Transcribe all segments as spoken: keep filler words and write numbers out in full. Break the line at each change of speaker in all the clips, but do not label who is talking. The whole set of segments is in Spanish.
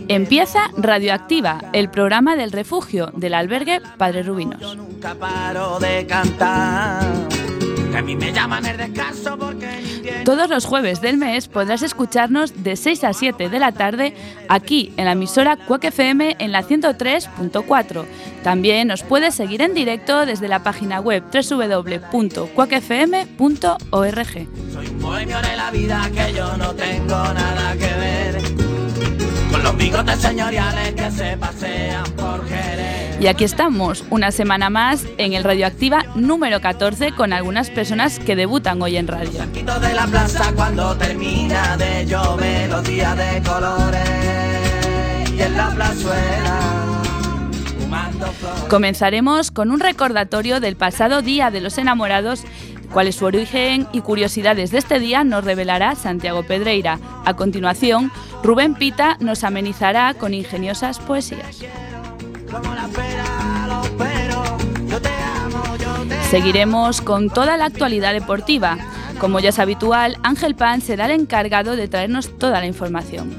Empieza Radioactiva, el programa del refugio del albergue Padre Rubinos.
Yo nunca paro de cantar. Que a mí me llaman el descanso porque limpié.
Todos los jueves del mes podrás escucharnos de seis a siete de la tarde aquí en la emisora Quack F M en la ciento tres punto cuatro. También nos puedes seguir en directo desde la página web doble u doble u doble u punto quack f m punto org.
Soy un bohemio de la vida que yo no tengo nada que ver con los bigotes señoriales que se pasean por Jerez.
Y aquí estamos, una semana más en el Radioactiva número catorce con algunas personas que debutan hoy en radio.
Cerquito de la plaza cuando termina de llover los días de colores y en la plazuela fumando flores.
Comenzaremos con un recordatorio del pasado Día de los Enamorados. Cuál es su origen y curiosidades de este día nos revelará Santiago Pedreira. A continuación, Rubén Pita nos amenizará con ingeniosas poesías.
Como la pera, los peros, yo te amo, yo te
Seguiremos con toda la actualidad deportiva. Como ya es habitual, Ángel Pan será el encargado de traernos toda la información.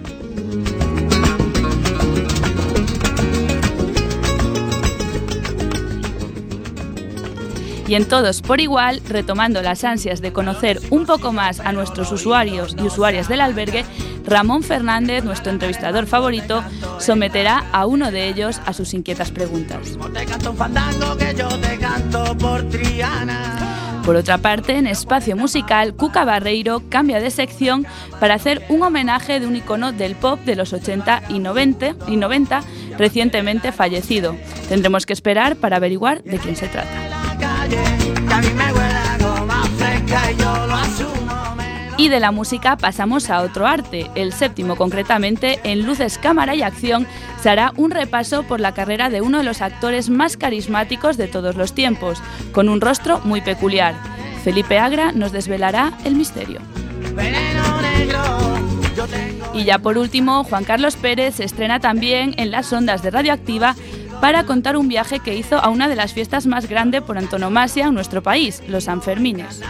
Y en Todos por Igual, retomando las ansias de conocer un poco más a nuestros usuarios y usuarias del albergue, Ramón Fernández, nuestro entrevistador favorito, someterá a uno de ellos a sus inquietas preguntas.
te canto un fandango que yo te canto por Triana.
Por otra parte, en Espacio Musical, Cuca Barreiro cambia de sección para hacer un homenaje de un icono del pop de los ochenta y noventa, y noventa recientemente fallecido. Tendremos que esperar para averiguar de quién se trata.
Que a mí me huele a goma fresca y yo lo asumo.
Y de la música pasamos a otro arte. El séptimo, concretamente, en Luces, Cámara y Acción, se hará un repaso por la carrera de uno de los actores más carismáticos de todos los tiempos, con un rostro muy peculiar. Felipe Agra nos desvelará el misterio.
Veneno negro, yo tengo...
Y ya por último, Juan Carlos Pérez se estrena también en las ondas de Radioactiva para contar un viaje que hizo a una de las fiestas más grandes por antonomasia en nuestro país, los Sanfermines.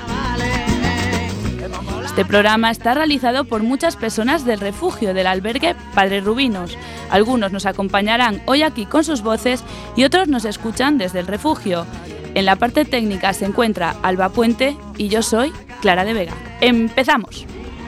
Este programa está realizado por muchas personas del refugio del albergue Padre Rubinos. Algunos nos acompañarán hoy aquí con sus voces y otros nos escuchan desde el refugio. En la parte técnica se encuentra Alba Puente y yo soy Clara de Vega. ¡Empezamos!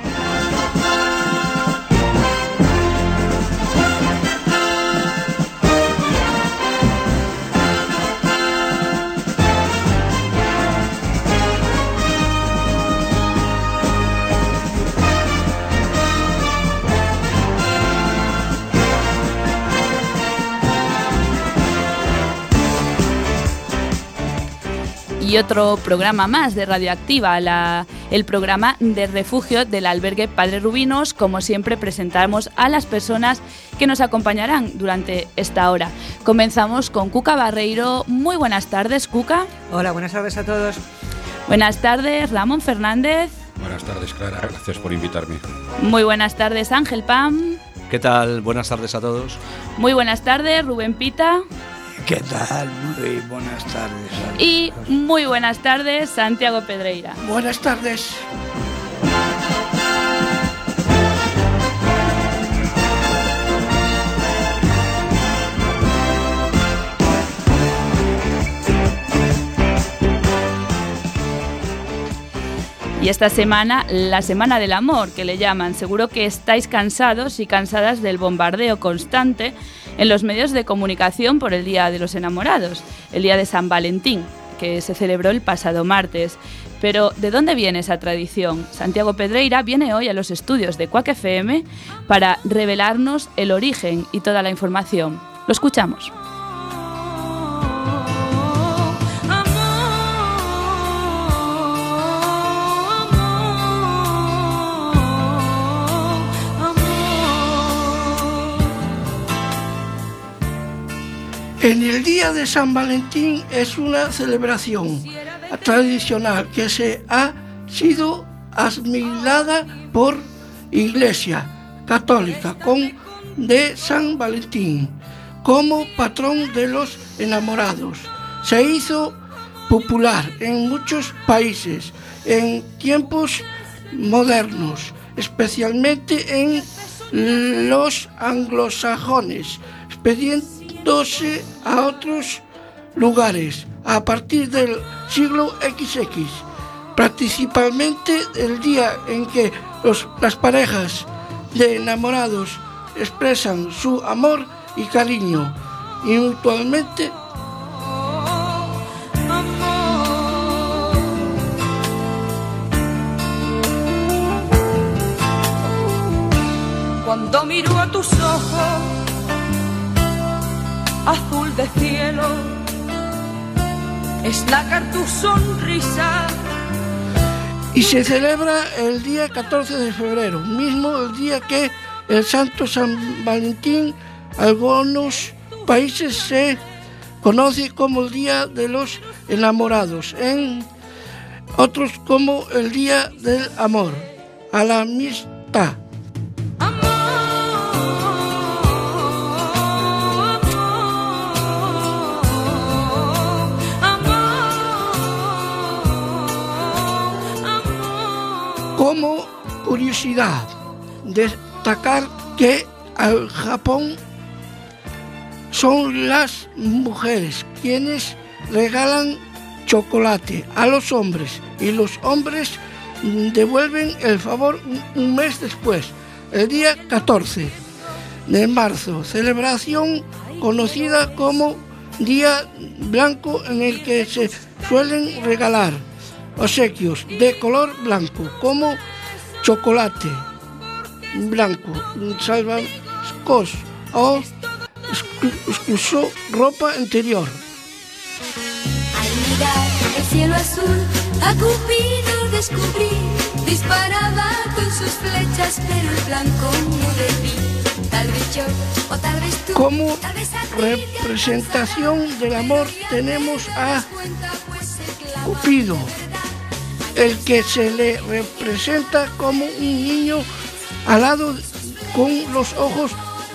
Y otro programa más de Radioactiva, la, el programa de refugio del albergue Padre Rubinos. Como siempre, presentamos a las personas que nos acompañarán durante esta hora. Comenzamos con Cuca Barreiro. Muy buenas tardes, Cuca.
Hola, buenas tardes a todos.
Buenas tardes, Ramón Fernández.
Buenas tardes, Clara. Gracias por invitarme.
Muy buenas tardes, Ángel Pam.
¿Qué tal? Buenas tardes a todos.
Muy buenas tardes, Rubén Pita.
¿Qué tal? Muy buenas tardes.
Y muy buenas tardes, Santiago Pedreira.
Buenas tardes.
Y esta semana, la Semana del Amor, que le llaman. Seguro que estáis cansados y cansadas del bombardeo constante en los medios de comunicación por el Día de los Enamorados, el Día de San Valentín, que se celebró el pasado martes. Pero, ¿de dónde viene esa tradición? Santiago Pedreira viene hoy a los estudios de Quack F M para revelarnos el origen y toda la información. Lo escuchamos.
En el Día de San Valentín es una celebración tradicional que se ha sido asimilada por Iglesia Católica con de San Valentín como patrón de los enamorados. Se hizo popular en muchos países en tiempos modernos, especialmente en los anglosajones, expandiéndose a otros lugares a partir del siglo equis equis, principalmente el día en que los, las parejas de enamorados expresan su amor y cariño y mutuamente.
Cuando miro a tus ojos, azul de cielo, es nácar tu sonrisa.
Y se celebra el día catorce de febrero, mismo el día que el Santo San Valentín. Algunos países se conoce como el Día de los Enamorados, en otros como el Día del Amor, a la amistad. Como curiosidad, destacar que al Japón son las mujeres quienes regalan chocolate a los hombres y los hombres devuelven el favor un mes después, el día catorce de marzo, celebración conocida como Día Blanco, en el que se suelen regalar obsequios de color blanco como chocolate blanco, salvascos o incluso ropa interior.
Al mirar el cielo azul, a Cupido descubrí, disparaba con sus flechas, pero el blanco no debí. Tal vez yo, o tal vez tú.
Como representación del amor tenemos a Cupido, el que se le representa como un niño alado con los ojos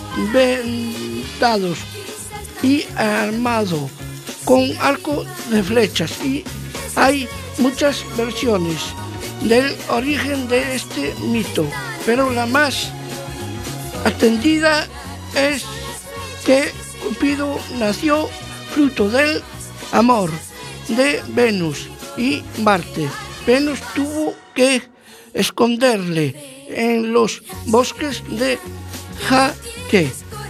vendados y armado con arco de flechas, y hay muchas versiones del origen de este mito, pero la más atendida es que Cupido nació fruto del amor de Venus y Marte. Venus tuvo que esconderle en los bosques de Jaque.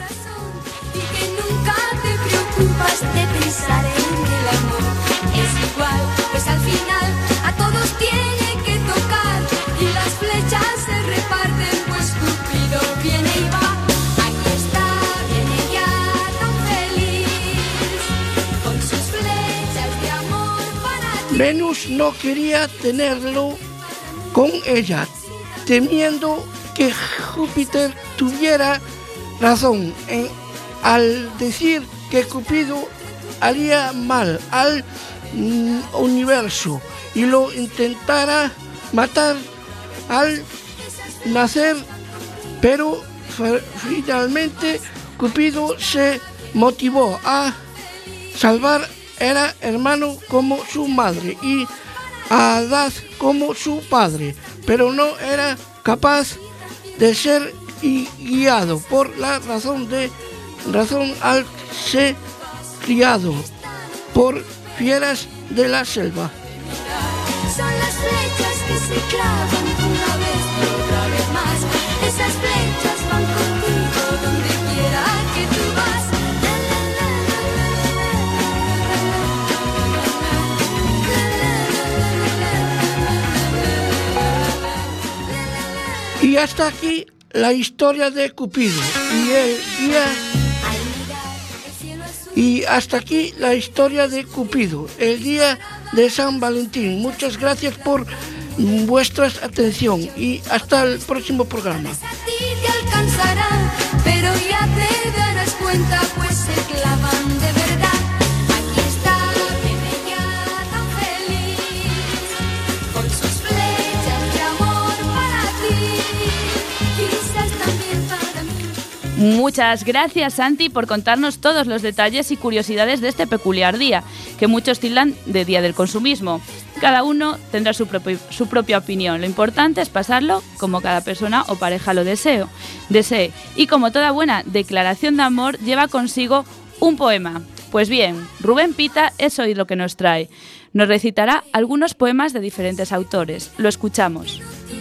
Y que nunca te preocupas de pensar en el amor. Es igual, pues al final a todos tiene que tocar y las flechas se reparten, pues Cupido viene y va. Aquí está, viene ya tan feliz con sus flechas de amor para ti.
Venus no quería tenerlo con ella, temiendo que Júpiter tuviera razón en, al decir que Cupido haría mal al mm, universo y lo intentara matar al nacer, pero f- finalmente Cupido se motivó a salvar. Era hermano como su madre y Hadad como su padre, pero no era capaz de ser guiado por la razón de razón al ser criado por fieras de la selva.
Son las flechas que se clavan una vez y otra vez más. Esas flechas van contigo donde quiera que tú vas.
Y hasta aquí la historia de Cupido y el día y hasta aquí la historia de Cupido, el día de San Valentín. Muchas gracias por vuestra atención y hasta el próximo programa.
A ti te alcanzarán, pero ya te darás cuenta, pues se clavan de verdad. Aquí está, viene ya tan feliz con sus flechas de amor para ti, quizás también para mí.
Muchas gracias, Santi, por contarnos todos los detalles y curiosidades de este peculiar día, que muchos tildan de Día del Consumismo. Cada uno tendrá su, propio, su propia opinión. Lo importante es pasarlo como cada persona o pareja lo deseo, desee. Y como toda buena declaración de amor, lleva consigo un poema. Pues bien, Rubén Pita es hoy lo que nos trae. Nos recitará algunos poemas de diferentes autores. Lo escuchamos.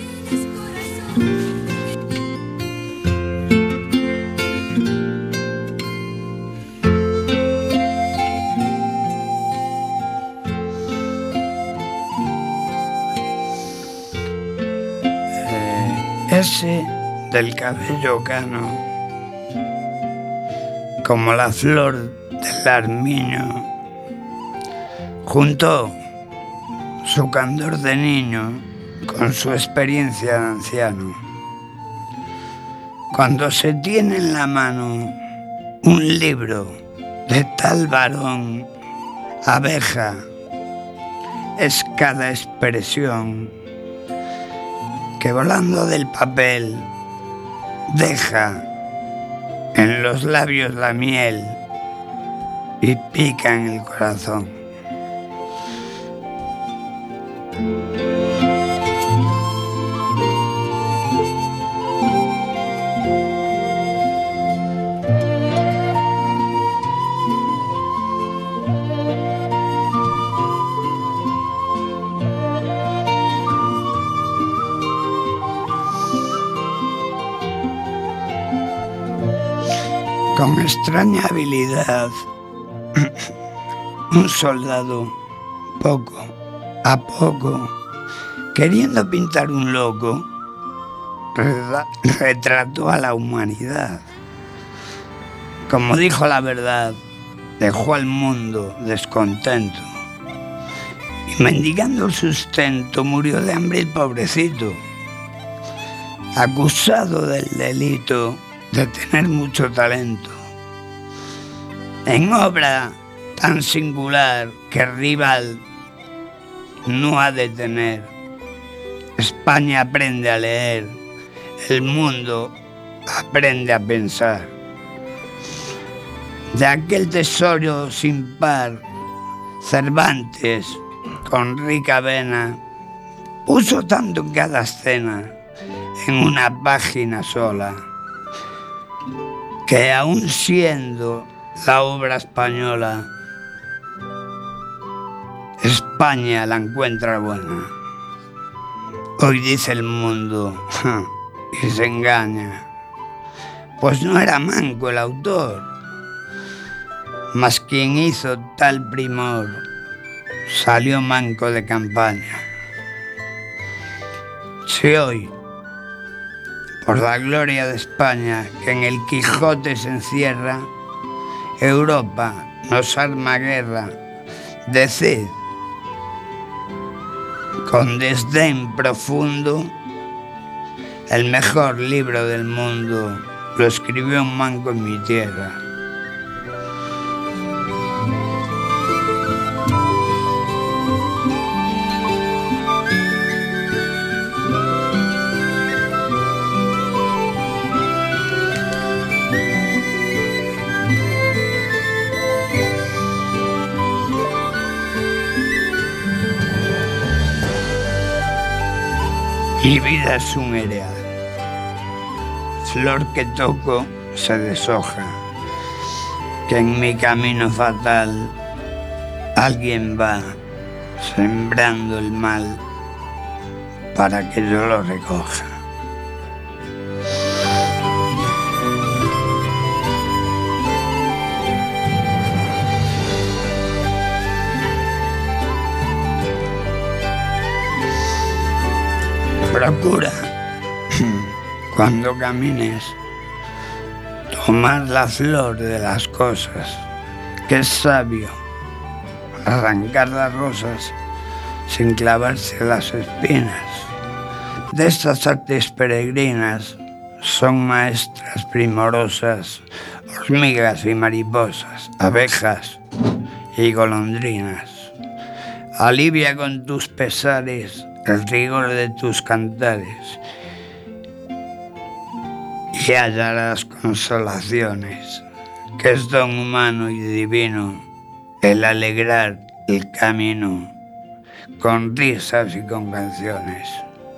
Ese del cabello cano, como la flor del armiño, juntó su candor de niño con su experiencia de anciano. Cuando se tiene en la mano un libro de tal varón, abeja es cada expresión que volando del papel deja en los labios la miel y pica en el corazón. Con extraña habilidad, un soldado, poco a poco, queriendo pintar un loco, retrató a la humanidad. Como dijo la verdad, dejó al mundo descontento y mendigando el sustento murió de hambre el pobrecito, acusado del delito de tener mucho talento, en obra tan singular que rival no ha de tener. España aprende a leer, el mundo aprende a pensar. De aquel tesoro sin par, Cervantes, con rica vena, puso tanto en cada escena, en una página sola, que aun siendo la obra española, España la encuentra buena. Hoy dice el mundo, y se engaña, pues no era manco el autor, mas quien hizo tal primor salió manco de campaña. Si hoy, por la gloria de España, que en el Quijote se encierra, Europa nos arma guerra, decid, con desdén profundo, el mejor libro del mundo lo escribió un manco en mi tierra. Mi vida es un cereal, flor que toco se deshoja, que en mi camino fatal alguien va sembrando el mal para que yo lo recoja. Procura, cuando camines, tomar la flor de las cosas, que es sabio arrancar las rosas sin clavarse las espinas. De estas artes peregrinas son maestras primorosas, hormigas y mariposas, abejas y golondrinas. Alivia con tus pesares el rigor de tus cantares y hallarás consolaciones, que es don humano y divino el alegrar el camino con risas y con canciones.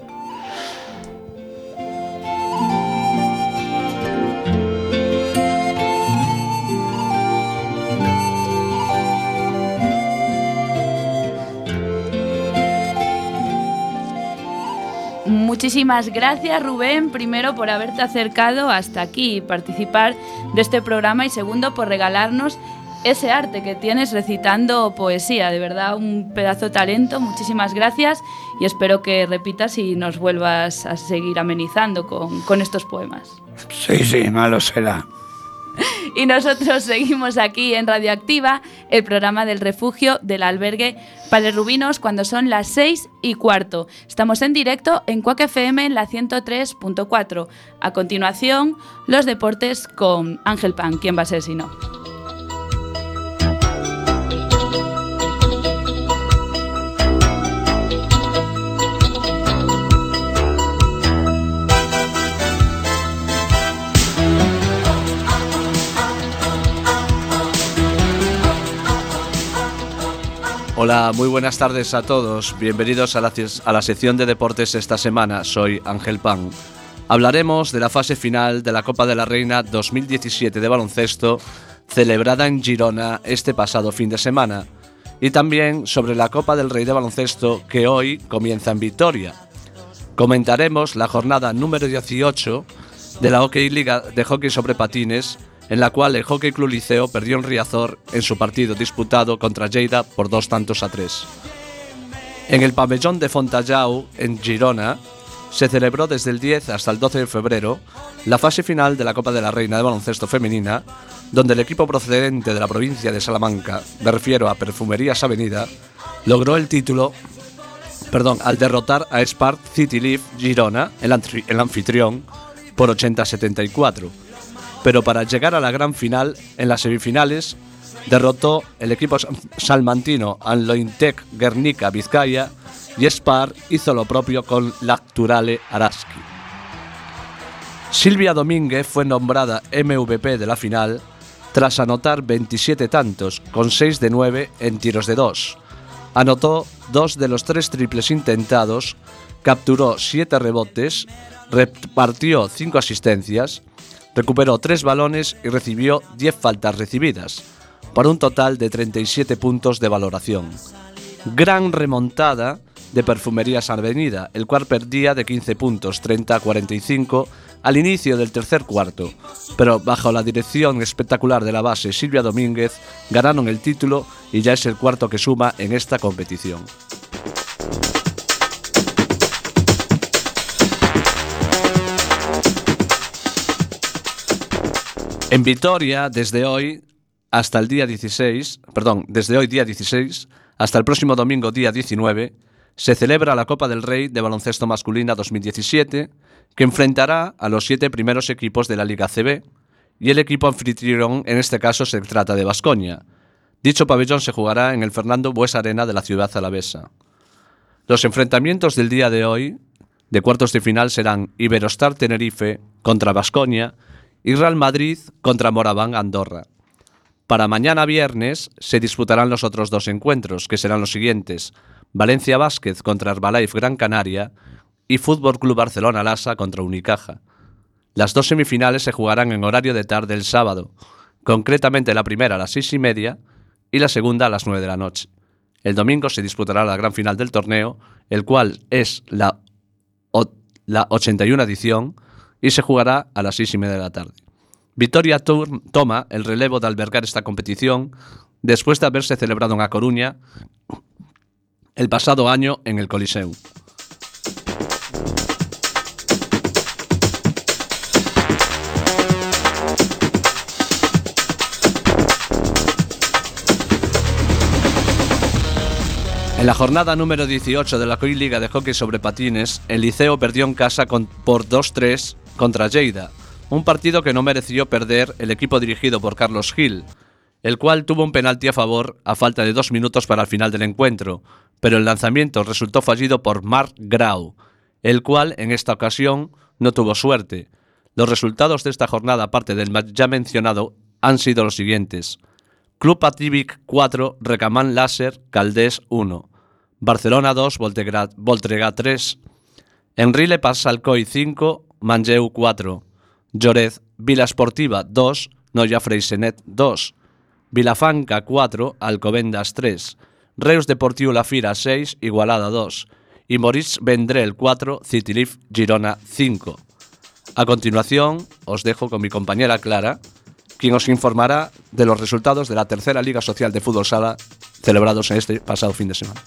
Muchísimas gracias, Rubén, primero por haberte acercado hasta aquí y participar de este programa, y segundo por regalarnos ese arte que tienes recitando poesía. De verdad, un pedazo de talento. Muchísimas gracias y espero que repitas y nos vuelvas a seguir amenizando con, con estos poemas.
Sí, sí, malo será.
Y nosotros seguimos aquí en Radioactiva, el programa del refugio del albergue Palerrubinos, cuando son las seis y cuarto. Estamos en directo en Quack F M en la ciento tres punto cuatro. A continuación, los deportes con Ángel Pan. ¿Quién va a ser si no?
Hola, muy buenas tardes a todos. Bienvenidos a la, a la sección de deportes esta semana. Soy Ángel Pan. Hablaremos de la fase final de la Copa de la Reina dos mil diecisiete de baloncesto, celebrada en Girona este pasado fin de semana, y también sobre la Copa del Rey de baloncesto que hoy comienza en Vitoria. Comentaremos la jornada número dieciocho de la Hockey Liga de Hockey sobre Patines, en la cual el Hockey Club Liceo perdió en Riazor en su partido disputado contra Lleida por dos tantos a tres. En el pabellón de Fontallau, en Girona, se celebró desde el diez hasta el doce de febrero la fase final de la Copa de la Reina de baloncesto femenina, donde el equipo procedente de la provincia de Salamanca, me refiero a Perfumerías Avenida, logró el título perdón, al derrotar a Spark City Leaf Girona, el, antri- el anfitrión, por ochenta a setenta y cuatro. Pero para llegar a la gran final, en las semifinales, derrotó el equipo salmantino al Lointec Guernica Vizcaya, y Spar hizo lo propio con Lacturale Araski. Silvia Domínguez fue nombrada M V P de la final tras anotar veintisiete tantos, con seis de nueve en tiros de dos. Anotó dos de los tres triples intentados, capturó siete rebotes, repartió cinco asistencias, recuperó tres balones y recibió diez faltas recibidas, por un total de treinta y siete puntos de valoración. Gran remontada de Perfumerías Avenida, el cual perdía de quince puntos, treinta a cuarenta y cinco, al inicio del tercer cuarto, pero bajo la dirección espectacular de la base Silvia Domínguez, ganaron el título y ya es el cuarto que suma en esta competición. En Vitoria, desde hoy hasta el día dieciséis, perdón, desde hoy día dieciséis hasta el próximo domingo día diecinueve, se celebra la Copa del Rey de baloncesto masculina dos mil diecisiete, que enfrentará a los siete primeros equipos de la Liga C B, y el equipo anfitrión, en este caso se trata de Baskonia. Dicho pabellón se jugará en el Fernando Buesa Arena de la ciudad alavesa. Los enfrentamientos del día de hoy, de cuartos de final, serán Iberostar Tenerife contra Baskonia y Real Madrid contra Moraván Andorra. Para mañana viernes se disputarán los otros dos encuentros, que serán los siguientes: Valencia Vázquez contra Herbalife Gran Canaria y Fútbol Club Barcelona Lassa contra Unicaja. Las dos semifinales se jugarán en horario de tarde el sábado, concretamente la primera a las seis y media y la segunda a las nueve de la noche. El domingo se disputará la gran final del torneo, el cual es la, o, la ochenta y una edición, y se jugará a las seis y media de la tarde. Vitoria Tour toma el relevo de albergar esta competición después de haberse celebrado en A Coruña el pasado año en el Coliseum. En la jornada número dieciocho de la Hockey Liga de Hockey sobre Patines, el Liceo perdió en casa con, por dos tres contra Lleida, un partido que no mereció perder el equipo dirigido por Carlos Gil, el cual tuvo un penalti a favor a falta de dos minutos para el final del encuentro, pero el lanzamiento resultó fallido por Marc Grau, el cual en esta ocasión no tuvo suerte. Los resultados de esta jornada, aparte del ya mencionado, han sido los siguientes: Club Pativic cuatro, Recamán Láser Caldés uno, Barcelona dos, Voltregá, Voltregá tres, Enrile pasa Alcoi cinco, Manlleu cuatro, Lloret, Vila Esportiva dos, Noia Freixenet dos, Vilafranca cuatro, Alcobendas tres, Reus Deportivo La Fira seis, Igualada dos y Maurice Vendrell cuatro, Cityleaf Girona cinco. A continuación os dejo con mi compañera Clara, quien os informará de los resultados de la tercera Liga Social de Fútbol Sala celebrados en este pasado fin de semana.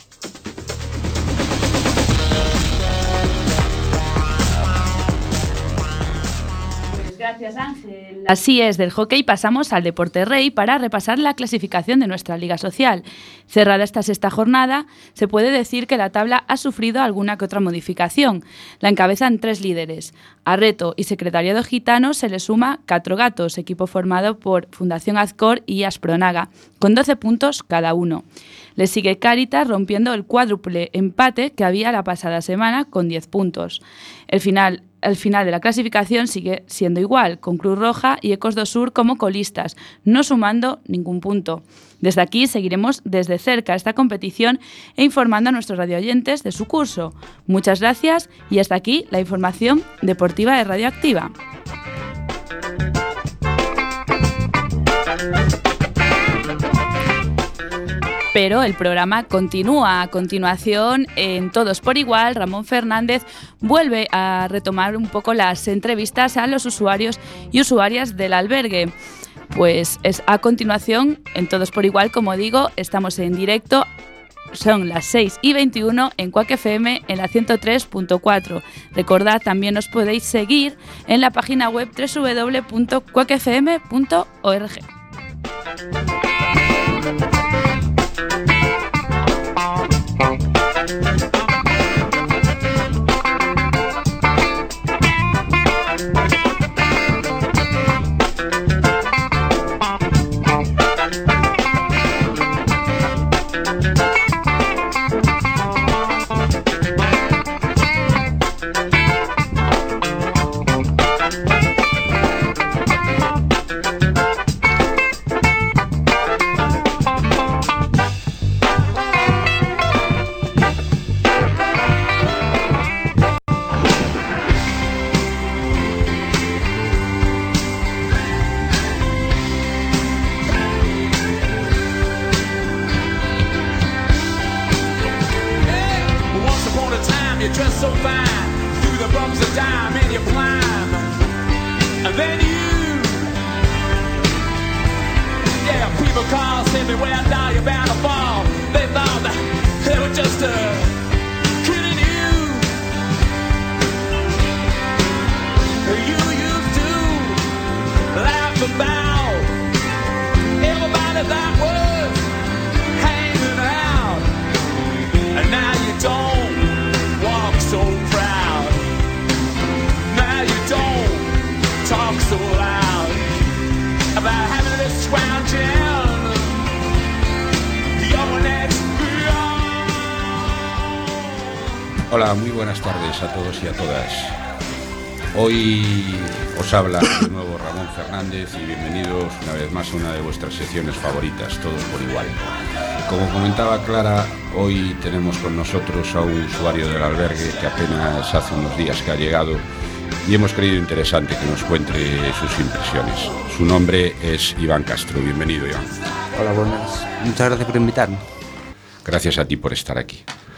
Gracias, Ángel. Así es, del hockey pasamos al deporte rey para repasar la clasificación de nuestra Liga Social. Cerrada esta sexta jornada, se puede decir que la tabla ha sufrido alguna que otra modificación. La encabezan tres líderes. A Reto y Secretariado Gitano se le suma Catro Gatos, equipo formado por Fundación Azcor y Aspronaga, con doce puntos cada uno. Le sigue Cáritas rompiendo el cuádruple empate que había la pasada semana con diez puntos. El final, el final de la clasificación sigue siendo igual, con Cruz Roja y Ecos do Sur como colistas, no sumando ningún punto. Desde aquí seguiremos desde cerca esta competición e informando a nuestros radioyentes de su curso. Muchas gracias y hasta aquí la información deportiva de Radioactiva. Pero el programa continúa. A continuación, en Todos por Igual, Ramón Fernández vuelve a retomar un poco las entrevistas a los usuarios y usuarias del albergue. Pues es a continuación, en Todos por Igual, como digo, estamos en directo. Son las seis y veintiuno en Quack F M en la ciento tres punto cuatro. Recordad, también os podéis seguir en la página web doble u doble u doble u punto quack f m punto org.
Hola, muy buenas tardes a todos y a todas. Hoy os habla de nuevo Ramón Fernández y bienvenidos una vez más a una de vuestras secciones favoritas, Todos por Igual. Como comentaba Clara, hoy tenemos con nosotros a un usuario del albergue que apenas hace unos días que ha llegado y hemos creído interesante que nos cuente sus impresiones. Su nombre es Iván Castro. Bienvenido, Iván.
Hola, buenas. Muchas gracias por invitarme.
Gracias a ti por estar aquí.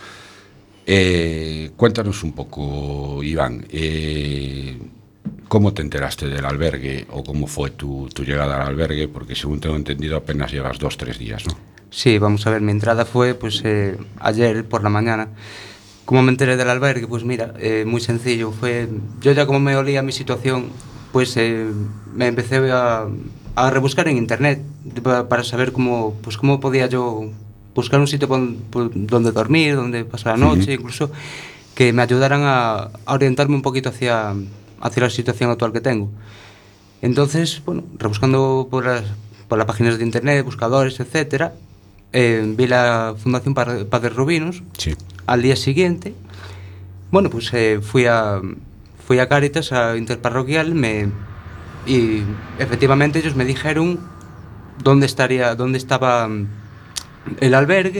Eh, cuéntanos un poco, Iván, eh, ¿cómo te enteraste del albergue o cómo fue tu, tu llegada al albergue? Porque según tengo entendido apenas llevas dos, tres días, ¿no?
Sí, vamos a ver, mi entrada fue pues eh, ayer por la mañana. ¿Cómo me enteré del albergue? Pues mira, eh, muy sencillo, fue yo ya como me olía mi situación, pues eh, me empecé a, a rebuscar en internet para saber cómo, pues, cómo podía yo buscar un sitio donde dormir, donde pasar la noche, sí. Incluso que me ayudaran a, a orientarme un poquito hacia, hacia la situación actual que tengo. Entonces, bueno, rebuscando por las, por las páginas de internet, buscadores, etcétera, eh, vi la Fundación Padres Rubinos.
Sí.
Al día siguiente, bueno, pues eh, fui a fui a Cáritas, a Interparroquial, me, y efectivamente ellos me dijeron dónde estaría, dónde estaba el albergue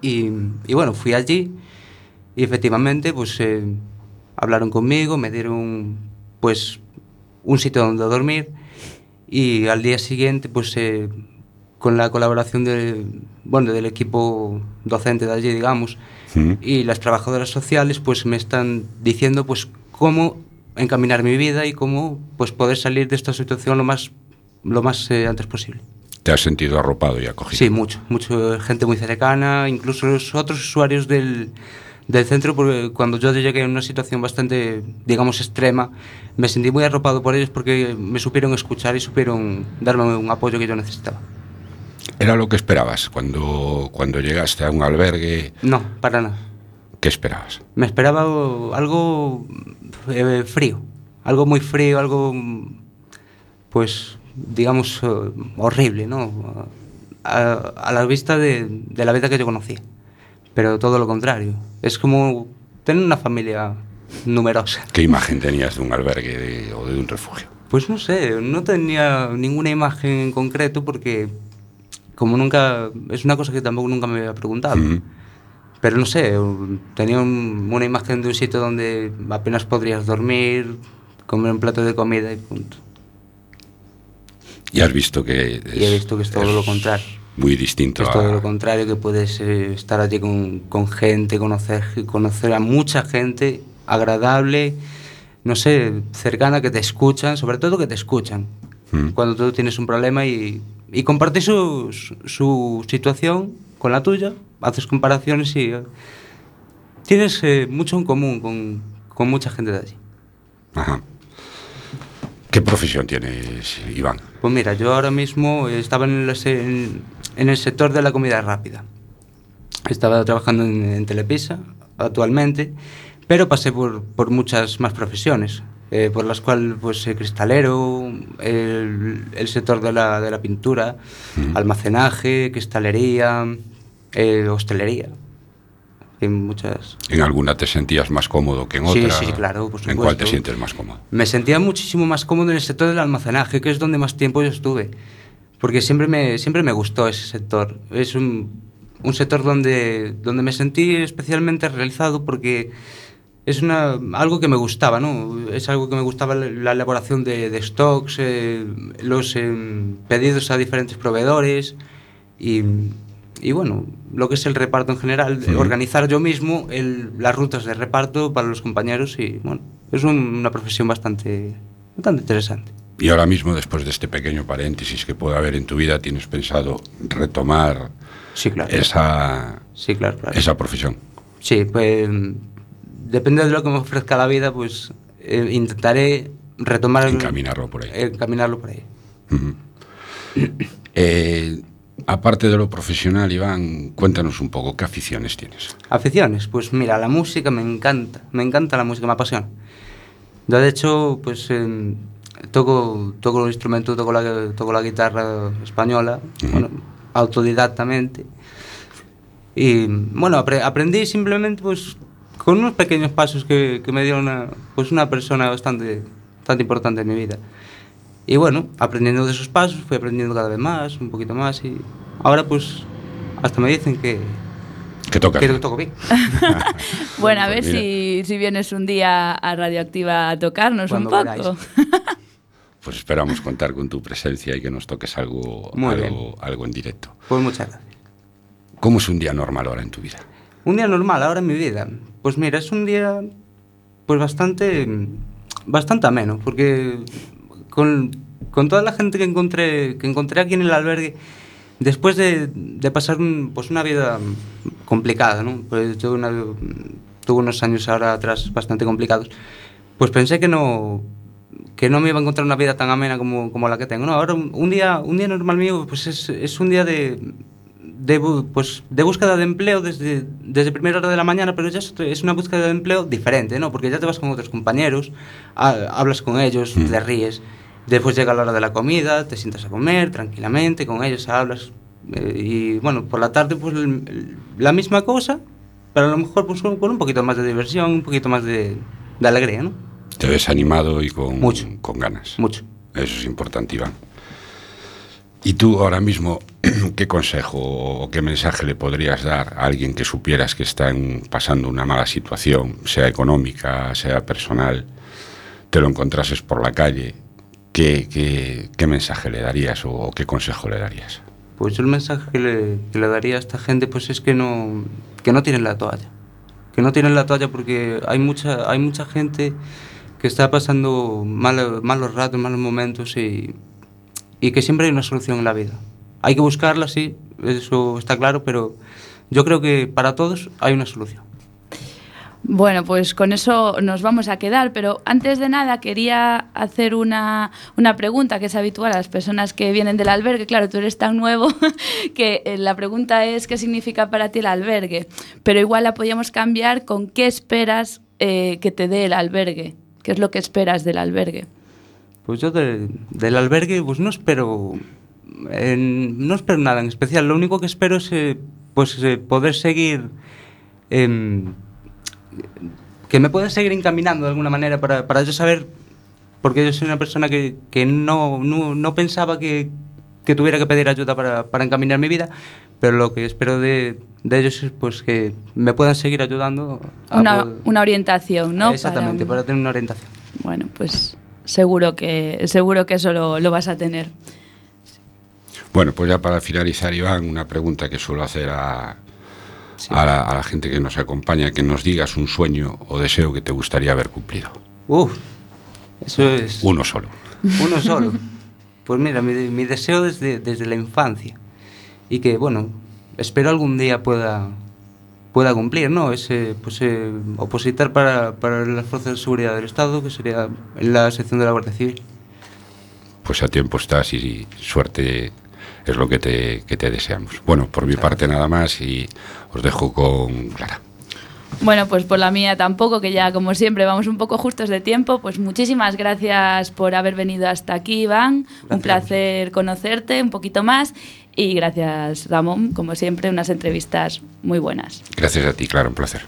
y, y bueno, fui allí y efectivamente pues eh, hablaron conmigo, me dieron pues un sitio donde dormir y al día siguiente pues eh, con la colaboración de, bueno, del equipo docente de allí, digamos, mm. y las trabajadoras sociales pues me están diciendo pues cómo encaminar mi vida y cómo pues poder salir de esta situación lo más, lo más eh, antes posible.
¿Te has sentido arropado y acogido?
Sí, mucho, mucho, gente muy cercana, incluso los otros usuarios del, del centro, porque cuando yo llegué en una situación bastante, digamos, extrema, me sentí muy arropado por ellos porque me supieron escuchar y supieron darme un apoyo que yo necesitaba.
¿Era lo que esperabas cuando, cuando llegaste a un albergue?
No, para nada.
¿Qué esperabas?
Me esperaba algo eh, frío, algo muy frío, algo, pues, digamos, uh, horrible, ¿no? A, a la vista de, de la vida que yo conocía. Pero todo lo contrario. Es como tener una familia numerosa.
¿Qué imagen tenías de un albergue de, o de un refugio?
Pues no sé, no tenía ninguna imagen en concreto porque, como nunca, es una cosa que tampoco nunca me había preguntado. Mm-hmm. Pero no sé, tenía un, una imagen de un sitio donde apenas podrías dormir, comer un plato de comida y punto.
Y has visto que es,
y he visto que es todo es lo contrario.
Muy distinto.
Es
a...
todo lo contrario, que puedes eh, estar allí con, con gente, conocer, conocer a mucha gente agradable, no sé, cercana, que te escuchan, sobre todo que te escuchan mm. cuando tú tienes un problema y, y compartir su, su, su situación con la tuya, haces comparaciones y eh, tienes eh, mucho en común con, con mucha gente de allí.
Ajá. ¿Qué profesión tienes, Iván?
Pues mira, yo ahora mismo estaba en el, en, en el sector de la comida rápida. Estaba trabajando en, en Telepisa actualmente, pero pasé por, por muchas más profesiones, eh, por las cuales, pues, eh, cristalero, el, el sector de la, de la pintura, mm. almacenaje, cristalería, eh, hostelería. En muchas.
¿En alguna te sentías más cómodo que en otra?
Sí, sí, claro, por supuesto.
¿En cuál te sientes más cómodo?
Me sentía muchísimo más cómodo en el sector del almacenaje, que es donde más tiempo yo estuve, porque siempre me, siempre me gustó ese sector. Es un, un sector donde, donde me sentí especialmente realizado porque es una, algo que me gustaba, ¿no? Es algo que me gustaba, la elaboración de, de stocks, eh, los eh, pedidos a diferentes proveedores y... Y bueno, lo que es el reparto en general, uh-huh. organizar yo mismo el, las rutas de reparto para los compañeros y bueno, es un, una profesión bastante, bastante interesante.
Y ahora mismo, después de este pequeño paréntesis que puede haber en tu vida, ¿tienes pensado retomar
sí, claro,
esa,
sí, claro, claro.
esa profesión?
Sí, pues depende de lo que me ofrezca la vida, pues eh, intentaré retomar...
Encaminarlo por ahí.
Encaminarlo por ahí.
Uh-huh. eh... Aparte de lo profesional, Iván, cuéntanos un poco, ¿qué aficiones tienes?
¿Aficiones? Pues mira, la música me encanta, me encanta la música, me apasiona. Yo de hecho, pues eh, toco, toco el instrumento, toco la, toco la guitarra española, uh-huh. bueno, autodidactamente. Y bueno, apre- aprendí simplemente pues con unos pequeños pasos que, que me dio una, pues una persona bastante, bastante importante en mi vida. Y bueno, aprendiendo de esos pasos, fui aprendiendo cada vez más, un poquito más y ahora pues hasta me dicen que...
Que tocas.
Que toco bien.
Bueno, a ver si, si vienes un día a Radioactiva a tocarnos Cuando un poco.
Pues esperamos contar con tu presencia y que nos toques algo, algo, algo en directo.
Pues muchas gracias.
¿Cómo es un día normal ahora en tu vida?
Un día normal ahora en mi vida. Pues mira, es un día pues bastante, bastante ameno, porque... Con, con toda la gente que encontré, que encontré aquí en el albergue, después de, de pasar un, pues una vida complicada, ¿no? Pues tuve, una, tuve unos años ahora atrás bastante complicados, pues pensé que no, que no me iba a encontrar una vida tan amena como, como la que tengo. No, ahora un, un, día, un día normal mío pues es, es un día de, de, pues de búsqueda de empleo desde, desde primera hora de la mañana, pero ya es, es una búsqueda de empleo diferente, ¿no? Porque ya te vas con otros compañeros, a, hablas con ellos, mm. te ríes. Después llega la hora de la comida, te sientas a comer tranquilamente, con ellos hablas. Eh, y bueno, por la tarde pues el, la misma cosa, pero a lo mejor pues con un poquito más de diversión, un poquito más de, de alegría, ¿no?
Te ves animado y con,
mucho,
con ganas.
Mucho.
Eso es importante, Iván. Y tú ahora mismo, ¿qué consejo o qué mensaje le podrías dar a alguien que supieras que está en, pasando una mala situación, sea económica, sea personal, te lo encontrases por la calle? ¿Qué, qué, qué mensaje le darías o qué consejo le darías?
Pues el mensaje que le, que le daría a esta gente pues es que no, que no tienen la toalla. Que no tienen la toalla porque hay mucha, hay mucha gente que está pasando mal, malos ratos, malos momentos y, y que siempre hay una solución en la vida. Hay que buscarla, sí, eso está claro, pero yo creo que para todos hay una solución.
Bueno, pues con eso nos vamos a quedar, pero antes de nada quería hacer una, una pregunta que es habitual a las personas que vienen del albergue. Claro, tú eres tan nuevo que la pregunta es ¿qué significa para ti el albergue? Pero igual la podríamos cambiar con ¿qué esperas eh, que te dé el albergue? ¿Qué es lo que esperas del albergue?
Pues yo de, del albergue pues no espero, eh, no espero nada en especial. Lo único que espero es eh, pues, eh, poder seguir... Eh, que me pueda seguir encaminando de alguna manera para, para yo saber, porque yo soy una persona que, que no, no, no pensaba que, que tuviera que pedir ayuda para, para encaminar mi vida, pero lo que espero de, de ellos es pues que me puedan seguir ayudando a
una,
poder...
una orientación, ¿no?
Exactamente, para... para tener una orientación.
Bueno, pues seguro que, seguro que eso lo, lo vas a tener.
Bueno, pues ya para finalizar, Iván, una pregunta que suelo hacer a... Sí. A, la, a la gente que nos acompaña, que nos digas un sueño o deseo que te gustaría haber cumplido.
Uf, eso es...
Uno solo.
Uno solo. Pues mira, mi, mi deseo desde, desde la infancia, y que, bueno, espero algún día pueda, pueda cumplir, ¿no? Es eh, pues, eh, opositar para, para las fuerzas de seguridad del Estado, que sería en la sección de la Guardia Civil.
Pues a tiempo estás y suerte... es lo que te, que te deseamos. Bueno, por mi parte nada más y os dejo con Clara.
Bueno, pues por la mía tampoco, que ya como siempre vamos un poco justos de tiempo. Pues muchísimas gracias por haber venido hasta aquí, Iván. Gracias. Un placer conocerte un poquito más y gracias, Ramón, como siempre, unas entrevistas muy buenas.
Gracias a ti, Clara, un placer.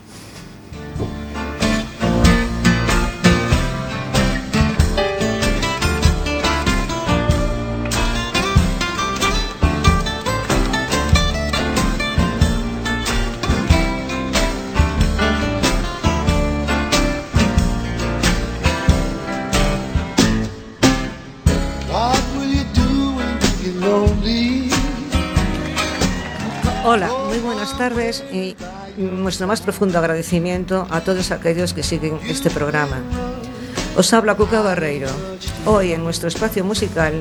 Hola, muy buenas tardes y nuestro más profundo agradecimiento a todos aquellos que siguen este programa. Os habla Cuca Barreiro. Hoy en nuestro espacio musical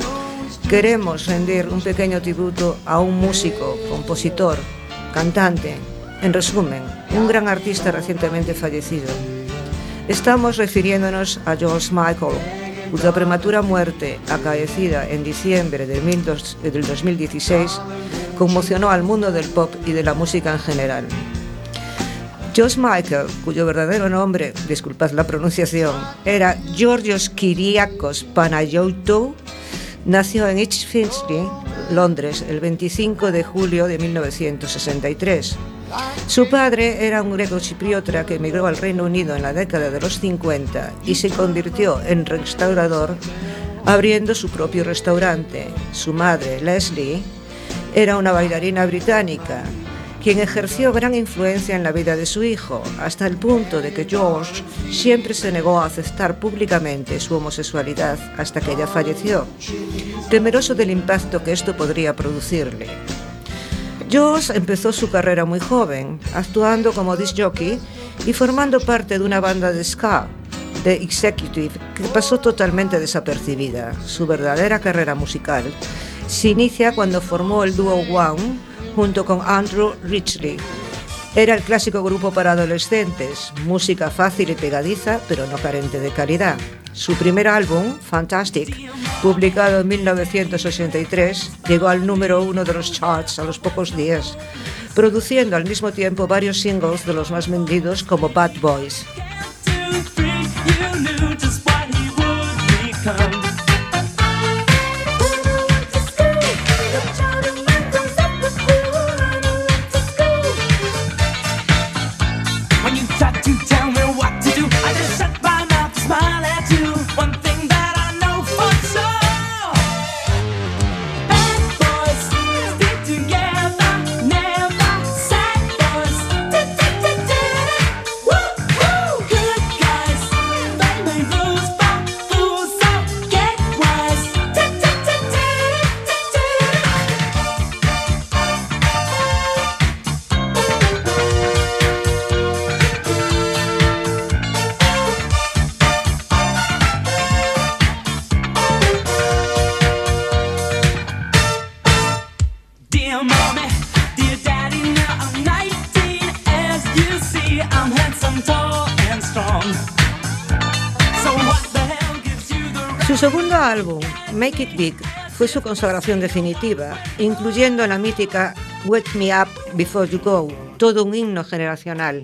queremos rendir un pequeño tributo a un músico, compositor, cantante, en resumen, un gran artista recientemente fallecido. Estamos refiriéndonos a George Michael, cuya prematura muerte, acaecida en diciembre del dos mil dieciséis, conmocionó al mundo del pop y de la música en general. George Michael, cuyo verdadero nombre, disculpad la pronunciación, era Georgios Kyriakos Panayotou, nació en East Finchley, Londres, el veinticinco de julio de mil novecientos sesenta y tres. Su padre era un greco-chipriota que emigró al Reino Unido en la década de los cincuenta y se convirtió en restaurador, abriendo su propio restaurante. Su madre, Leslie, era una bailarina británica, quien ejerció gran influencia en la vida de su hijo, hasta el punto de que George siempre se negó a aceptar públicamente su homosexualidad hasta que ella falleció, temeroso del impacto que esto podría producirle. George empezó su carrera muy joven, actuando como disc jockey y formando parte de una banda de ska, The Executive, que pasó totalmente desapercibida. Su verdadera carrera musical se inicia cuando formó el dúo One junto con Andrew Ridgeley. Era el clásico grupo para adolescentes, música fácil y pegadiza, pero no carente de calidad. Su primer álbum, Fantastic, publicado en mil novecientos ochenta y tres, llegó al número uno de los charts a los pocos días, produciendo al mismo tiempo varios singles de los más vendidos como Bad Boys. Su segundo álbum, Make It Big, fue su consagración definitiva, incluyendo la mítica Wake Me Up Before You Go, todo un himno generacional.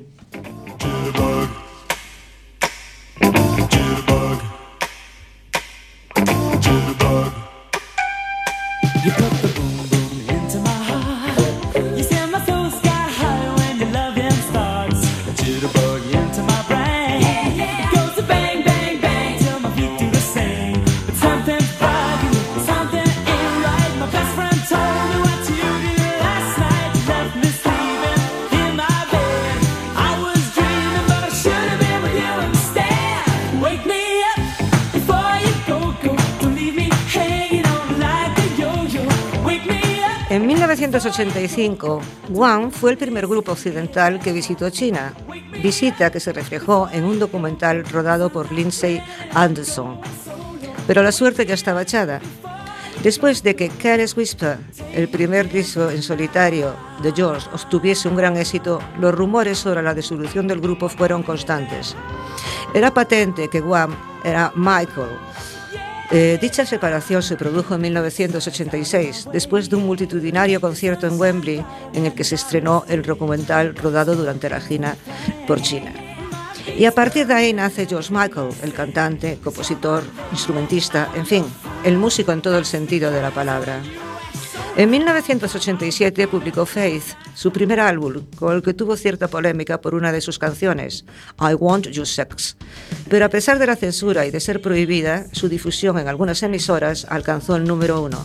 En mil novecientos ochenta y cinco, Wham fue el primer grupo occidental que visitó China, visita que se reflejó en un documental rodado por Lindsay Anderson. Pero la suerte ya estaba echada. Después de que Careless Whisper, el primer disco en solitario de George, obtuviese un gran éxito, los rumores sobre la disolución del grupo fueron constantes. Era patente que Wham era Michael. Eh, dicha separación se produjo en mil novecientos ochenta y seis, después de un multitudinario concierto en Wembley en el que se estrenó el documental rodado durante la gira por China. Y a partir de ahí nace George Michael, el cantante, compositor, instrumentista, en fin, el músico en todo el sentido de la palabra. En mil novecientos ochenta y siete publicó Faith, su primer álbum, con el que tuvo cierta polémica por una de sus canciones, I Want Your Sex. Pero a pesar de la censura y de ser prohibida, su difusión en algunas emisoras alcanzó el número uno.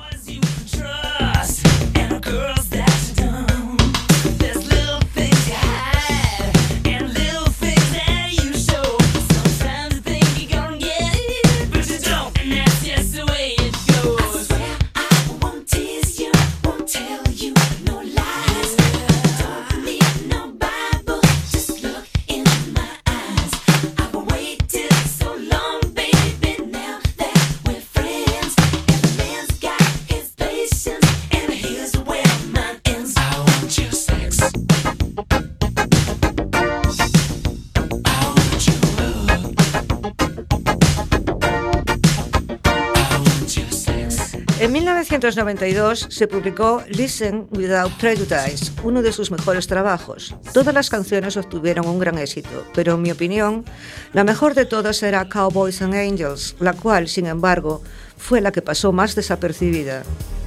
En mil novecientos noventa y dos se publicó Listen Without Prejudice, uno de sus mejores trabajos. Todas las canciones obtuvieron un gran éxito, pero en mi opinión, la mejor de todas era Cowboys and Angels, la cual, sin embargo, fue la que pasó más desapercibida.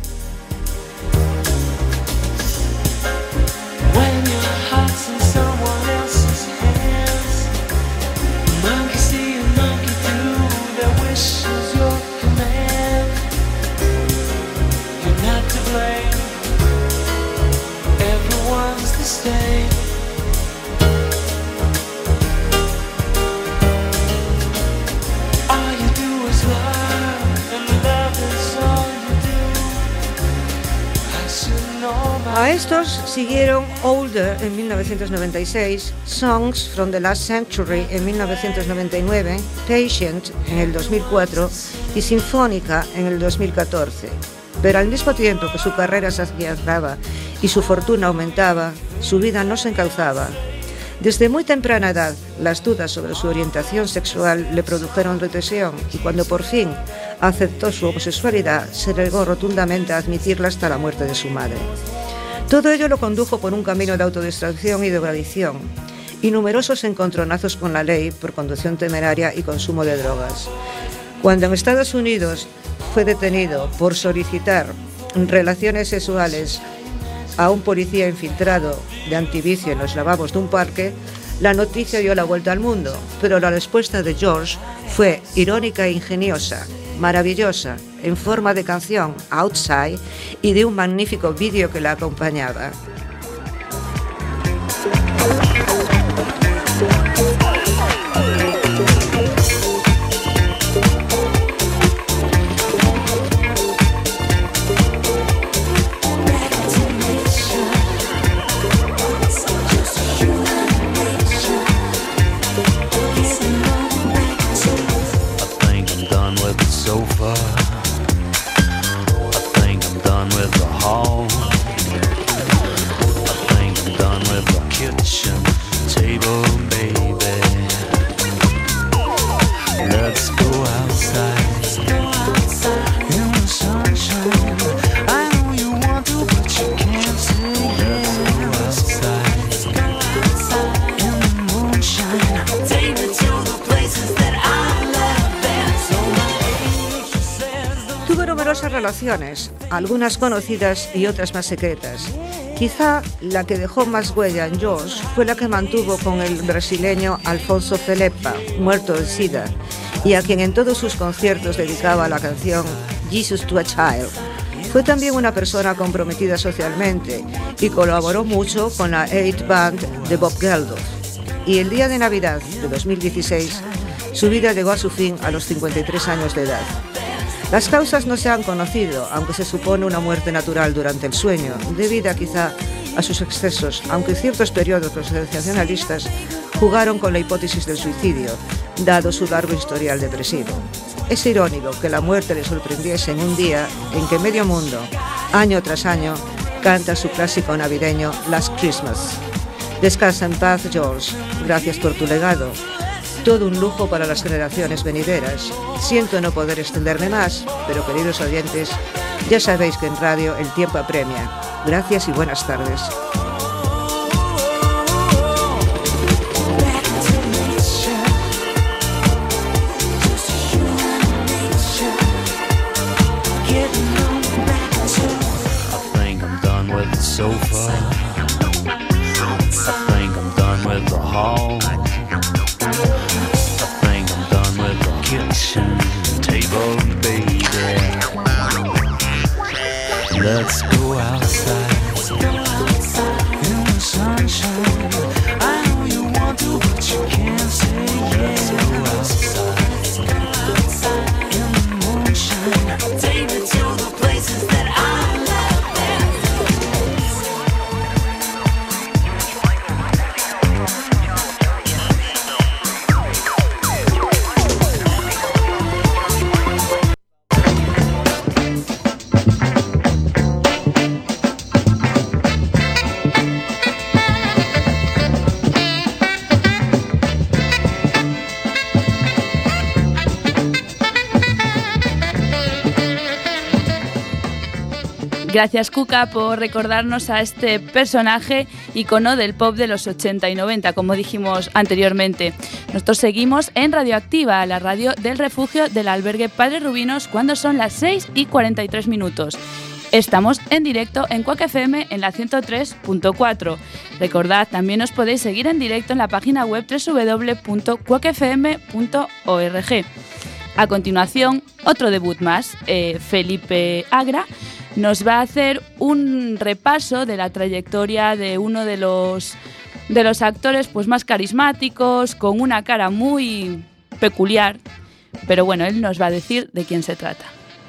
A estos siguieron Older en mil novecientos noventa y seis, Songs from the Last Century en mil novecientos noventa y nueve, Patient en el dos mil cuatro y Sinfónica en el dos mil catorce. Pero al mismo tiempo que su carrera se afianzaba y su fortuna aumentaba, su vida no se encauzaba. Desde muy temprana edad, las dudas sobre su orientación sexual le produjeron depresión y cuando por fin aceptó su homosexualidad, se negó rotundamente a admitirla hasta la muerte de su madre. Todo ello lo condujo por un camino de autodestrucción y de drogadicción, y numerosos encontronazos con la ley por conducción temeraria y consumo de drogas. Cuando en Estados Unidos fue detenido por solicitar relaciones sexuales a un policía infiltrado de antivicio en los lavabos de un parque, la noticia dio la vuelta al mundo, pero la respuesta de George fue irónica e ingeniosa, maravillosa, en forma de canción, Outside, y de un magnífico vídeo que la acompañaba.
Let's go outside.
colaboraciones, algunas conocidas y otras más secretas. Quizá la que dejó más huella en George fue la que mantuvo con el brasileño Alfonso Felepa, muerto de SIDA, y a quien en todos sus conciertos dedicaba la canción Jesus to a Child. Fue también una persona comprometida socialmente y colaboró mucho con la Eight Band de Bob Geldof. Y el día de Navidad de dos mil dieciséis, su vida llegó a su fin a los cincuenta y tres años de edad. Las causas no se han conocido, aunque se supone una muerte natural durante el sueño, debida quizá a sus excesos, aunque ciertos periódicos sensacionalistas jugaron con la hipótesis del suicidio, dado su largo historial depresivo. Es irónico que la muerte le sorprendiese en un día en que medio mundo, año tras año, canta su clásico navideño Last Christmas. Descansa en paz, George. Gracias por tu legado. Todo un lujo para las generaciones venideras. Siento no poder extenderme más, pero queridos oyentes, ya sabéis que en radio el tiempo apremia. Gracias y buenas tardes.
Let's go outside in the sunshine. I know you want to, but you can't say yes. Let's go outside in the moonshine. Take me to the places that I love best.
Gracias, Cuca, por recordarnos a este personaje icono del pop de los ochenta y noventa, como dijimos anteriormente. Nosotros seguimos en Radioactiva, la radio del refugio del albergue Padre Rubinos, cuando son las seis y cuarenta y tres minutos. Estamos en directo en Quack F M en la ciento tres punto cuatro. Recordad, también os podéis seguir en directo en la página web doble u doble u doble u punto quack f m punto org. A continuación, otro debut más, eh, Felipe Agra nos va a hacer un repaso de la trayectoria de uno de los, de los actores pues, más carismáticos, con una cara muy peculiar, pero bueno, él nos va a decir de quién se trata.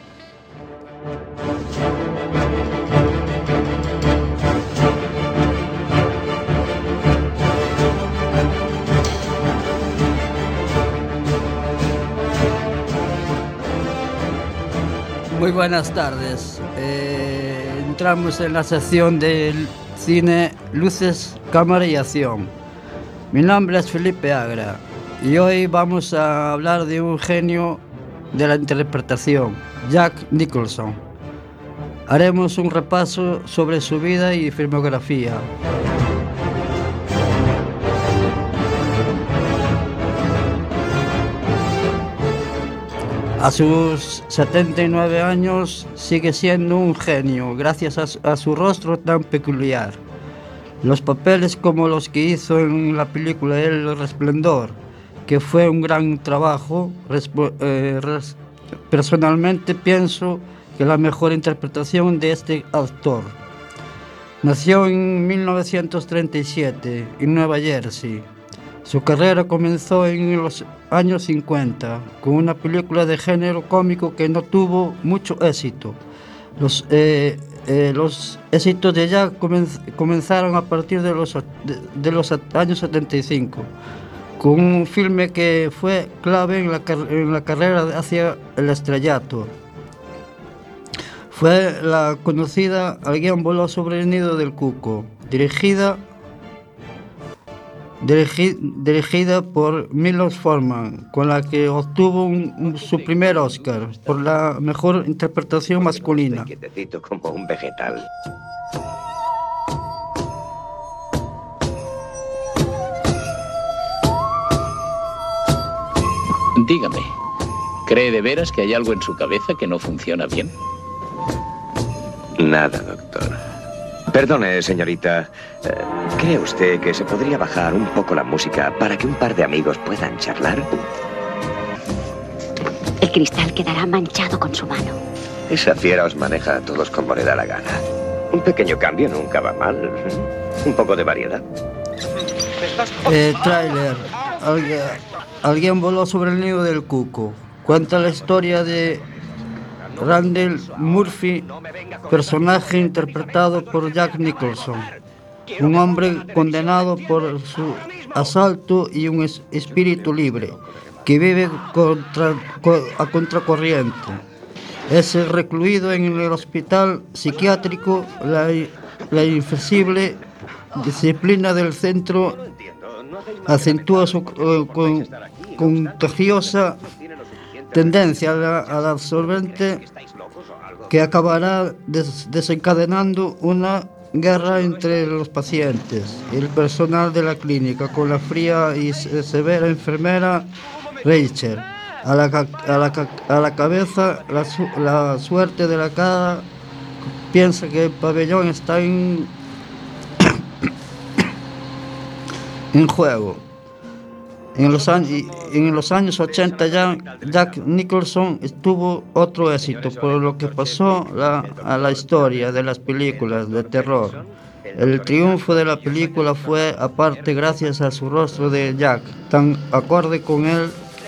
Muy buenas tardes. Eh, entramos en la sección del cine Luces, Cámara y Acción. Mi nombre es Felipe Agra y hoy vamos a hablar de un genio de la interpretación, Jack Nicholson. Haremos un repaso sobre su vida y filmografía. A sus setenta y nueve años sigue siendo un genio gracias a su, a su rostro tan peculiar. Los papeles como los que hizo en la película El Resplandor, que fue un gran trabajo, respo, eh, res, personalmente pienso que la mejor interpretación de este actor. Nació en mil novecientos treinta y siete en Nueva Jersey. Su carrera comenzó en los años cincuenta con una película de género cómico que no tuvo mucho éxito. Los, eh, eh, los éxitos de Jack comenz, comenzaron a partir de los, de, de los años setenta y cinco, con un filme que fue clave en la, en la carrera hacia el estrellato. Fue la conocida Alguien voló sobre el nido del cuco, dirigida Dirigi, dirigida por Milos Forman, con la que obtuvo un, un, su primer Oscar por la mejor interpretación masculina.
Quietecito como un vegetal.
Dígame, ¿cree de veras que hay algo en su cabeza que no funciona bien?
Nada, doctor. Perdone, señorita. Eh, ¿Cree usted que se podría bajar un poco la música para que un par de amigos puedan charlar?
El cristal quedará manchado con su mano.
Esa fiera os maneja a todos como le da la gana. Un pequeño cambio nunca va mal. Un poco de variedad.
Eh, tráiler. Alguien, alguien voló sobre el nido del cuco. Cuenta la historia de Randall Murphy, personaje interpretado por Jack Nicholson, un hombre condenado por su asalto y un es- espíritu libre que vive contra, co- a contracorriente. Es recluido en el hospital psiquiátrico. La, la inflexible disciplina del centro acentúa su eh, con, contagiosa tendencia a la, a la absorbente que acabará des, desencadenando una guerra entre los pacientes y el personal de la clínica con la fría y se- severa enfermera Rachel a la, ca- a la, ca- a la cabeza. La, su- la suerte de la cara piensa que el pabellón está en, en juego. En los, años, en los años ochenta ya Jack Nicholson tuvo otro éxito, por lo que pasó la, a la historia de las películas de terror. El triunfo de la película fue aparte gracias a su rostro de Jack, tan acorde con el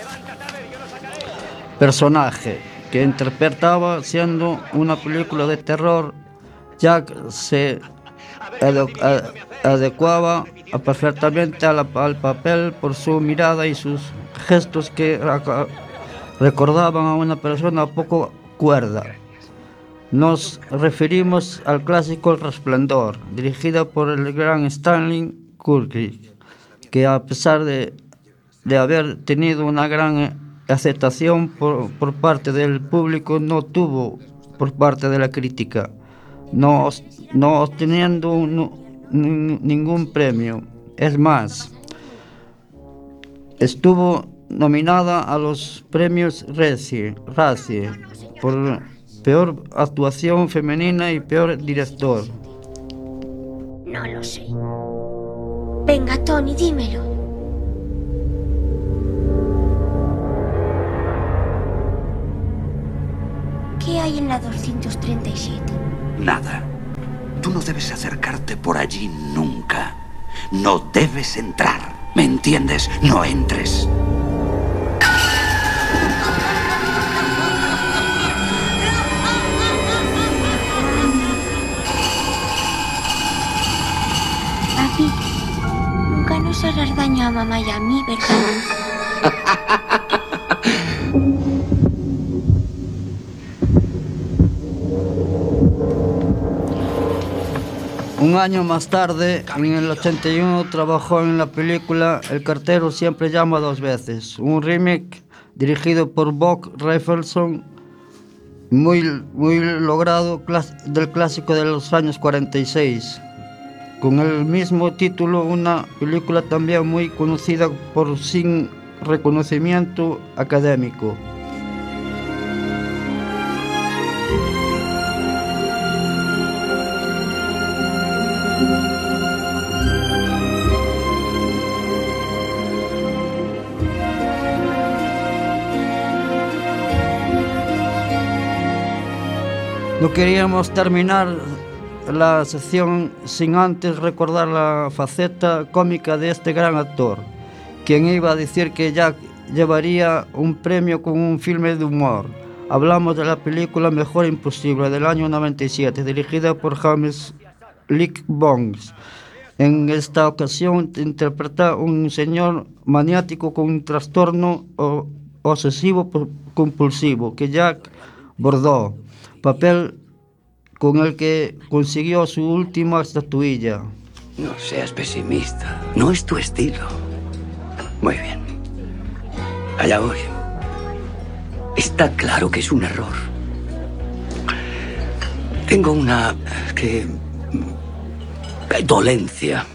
personaje que interpretaba. Siendo una película de terror, Jack se ade- a- adecuaba perfectamente a la- al papel por su mirada y sus gestos que raca- recordaban a una persona poco cuerda. Nos referimos al clásico El Resplandor, dirigida por el gran Stanley Kubrick, que a pesar de, de haber tenido una gran aceptación por, por parte del público, no tuvo por parte de la crítica, no, os- no obteniendo un- nin- ningún premio. Es más, estuvo nominada a los premios Razzie, Razzie por peor actuación femenina y peor director.
No lo sé. Venga, Tony, dímelo. ¿Qué hay en la doscientos treinta y siete?
Nada. Tú no debes acercarte por allí nunca. No debes entrar. ¿Me entiendes? No entres.
Papi, nunca nos harás daño a mamá y a mí, ¿verdad?
Un año más tarde, en el ochenta y uno, trabajó en la película El cartero siempre llama dos veces, un remake dirigido por Bob Rafelson, muy, muy logrado, clas- del clásico de los años cuarenta y seis. Con el mismo título, una película también muy conocida por sin reconocimiento académico. No queríamos terminar la sección sin antes recordar la faceta cómica de este gran actor, quien iba a decir que Jack llevaría un premio con un filme de humor. Hablamos de la película Mejor Imposible del año noventa y siete, dirigida por James Lick Bones. En esta ocasión interpreta un señor maniático con un trastorno o- obsesivo compulsivo que Jack bordó, papel con el que consiguió su última estatuilla.
No seas pesimista. No es tu estilo. Muy bien. Allá voy. Está claro que es un error. Tengo una... que... dolencia.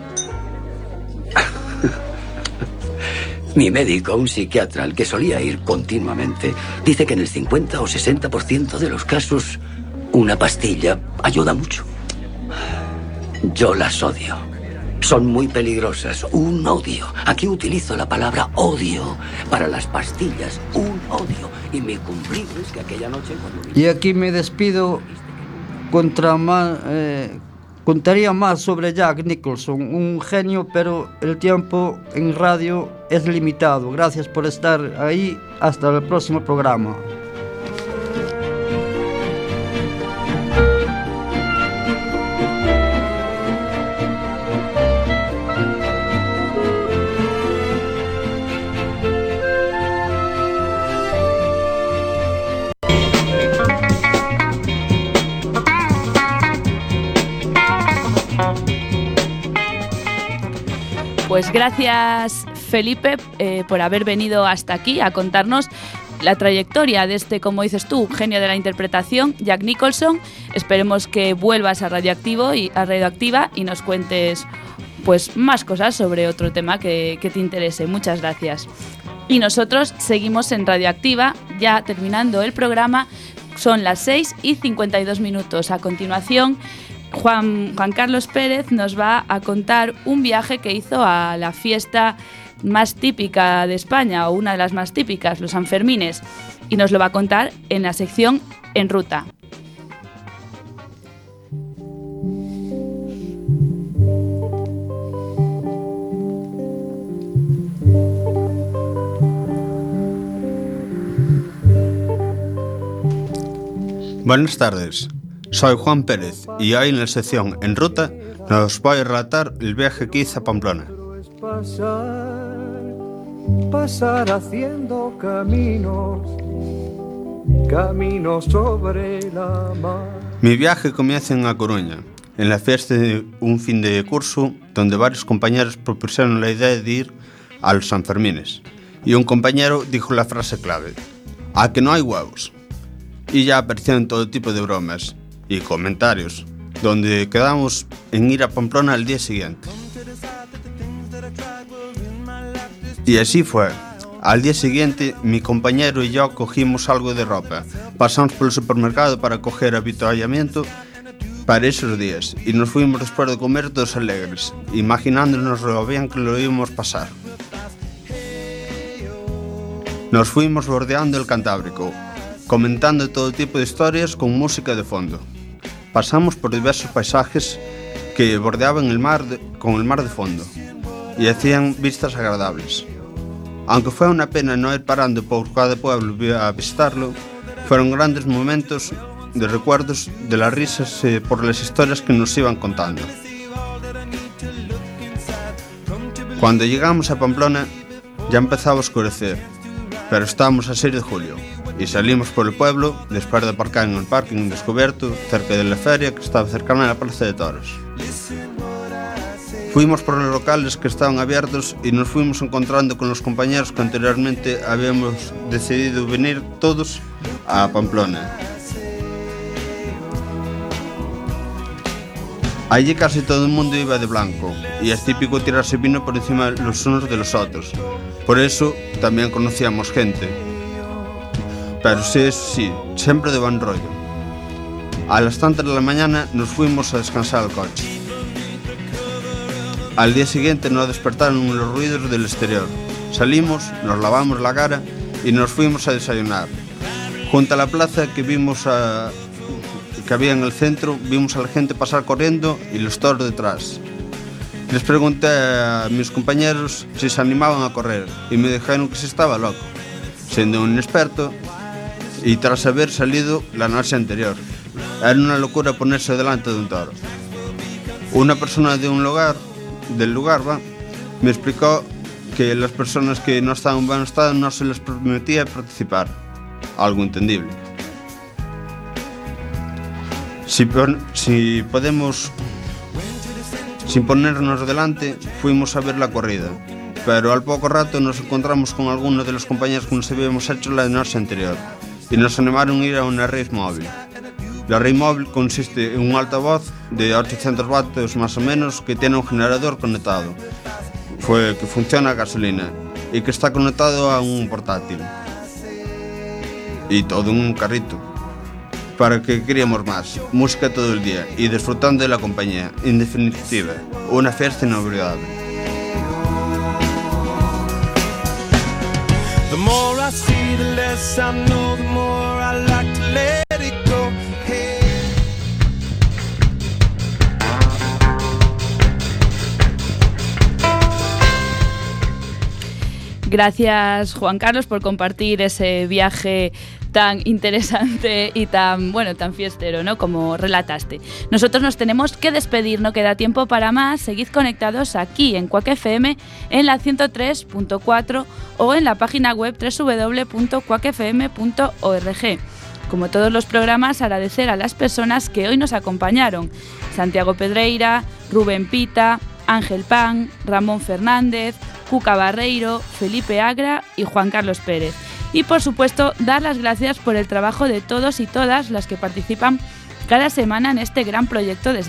Mi médico, un psiquiatra al que solía ir continuamente, dice que en el cincuenta o sesenta por ciento de los casos Una pastilla ayuda mucho. Yo las odio. Son muy peligrosas. Un odio. Aquí utilizo la palabra odio para las pastillas. Un odio. Y mi cumplido es que aquella noche cuando...
Y aquí me despido contra más, eh, contaría más sobre Jack Nicholson, un genio, pero el tiempo en radio es limitado. Gracias por estar ahí. Hasta el próximo programa.
Pues gracias, Felipe, eh, por haber venido hasta aquí a contarnos la trayectoria de este, como dices tú, genio de la interpretación, Jack Nicholson. Esperemos que vuelvas a Radioactivo y a Radioactiva y nos cuentes pues más cosas sobre otro tema que, que te interese. Muchas gracias. Y nosotros seguimos en Radioactiva, ya terminando el programa. Son las seis y cincuenta y dos minutos. A continuación, Juan, Juan Carlos Pérez nos va a contar un viaje que hizo a la fiesta más típica de España, o una de las más típicas, los Sanfermines, y nos lo va a contar en la sección En Ruta.
Buenas tardes. Soy Juan Pérez y hoy en la sección En Ruta nos voy a relatar el viaje que hice a Pamplona.
Pasar, pasar haciendo caminos, caminos sobre la mar.
Mi viaje comienza en A Coruña, en la fiesta de un fin de curso donde varios compañeros propusieron la idea de ir a los Sanfermines y un compañero dijo la frase clave: ¿a que no hay huevos? Y ya aparecieron todo tipo de bromas y comentarios, donde quedamos en ir a Pamplona al día siguiente. Y así fue. Al día siguiente, mi compañero y yo cogimos algo de ropa, pasamos por el supermercado para coger avituallamiento para esos días y nos fuimos después de comer todos alegres, imaginándonos lo bien que lo íbamos a pasar. Nos fuimos bordeando el Cantábrico, comentando todo tipo de historias con música de fondo. Pasamos por diversos paisajes que bordeaban el mar de, con el mar de fondo y hacían vistas agradables. Aunque fue una pena no ir parando por cada pueblo a visitarlo, fueron grandes momentos de recuerdos de las risas eh, por las historias que nos iban contando. Cuando llegamos a Pamplona ya empezaba a oscurecer, pero estábamos a seis de julio y salimos por el pueblo después de aparcar en el parking descubierto cerca de la feria que estaba cercana a la plaza de toros. Fuimos por los locales que estaban abiertos y nos fuimos encontrando con los compañeros que anteriormente habíamos decidido venir todos a Pamplona. Allí casi todo el mundo iba de blanco y es típico tirarse vino por encima los unos de los otros. Por eso también conocíamos gente. Pero sí, eso sí, siempre de buen rollo. A las tantas de la mañana nos fuimos a descansar al coche. Al día siguiente nos despertaron los ruidos del exterior. Salimos, nos lavamos la cara y nos fuimos a desayunar. Junto a la plaza que vimos a, que había en el centro, vimos a la gente pasar corriendo y los toros detrás. Les pregunté a mis compañeros si se animaban a correr y me dijeron que se estaba loco, siendo un inexperto y tras haber salido la noche anterior. Era una locura ponerse delante de un toro. Una persona de un lugar, del lugar va, me explicó que las personas que no estaban en buen estado no se les permitía participar, algo entendible. Si, pon, si podemos, sin ponernos delante, fuimos a ver la corrida, pero al poco rato nos encontramos con algunos de los compañeros que nos habíamos hecho la noche anterior y nos animaron a ir a una raíz móvil. La raíz móvil consiste en un altavoz de ochocientos vatios más o menos que tiene un generador conectado, fue, que funciona a gasolina y que está conectado a un portátil y todo en un carrito. para que queríamos más, música todo el día y disfrutando de la compañía. En definitiva, una fiesta inolvidable.
The more I see, the less I know, the more I like to let it go. Hey.
Gracias, Juan Carlos, por compartir ese viaje tan interesante y tan, bueno, tan fiestero, ¿no?, como relataste. Nosotros nos tenemos que despedir, no queda tiempo para más. Seguid conectados aquí en Quack F M en la ciento tres punto cuatro o en la página web doble u doble u doble u punto quack f m punto org. Como todos los programas, agradecer a las personas que hoy nos acompañaron: Santiago Pedreira, Rubén Pita, Ángel Pan, Ramón Fernández, Cuca Barreiro, Felipe Agra y Juan Carlos Pérez. Y por supuesto, dar las gracias por el trabajo de todos y todas las que participan cada semana en este gran proyecto de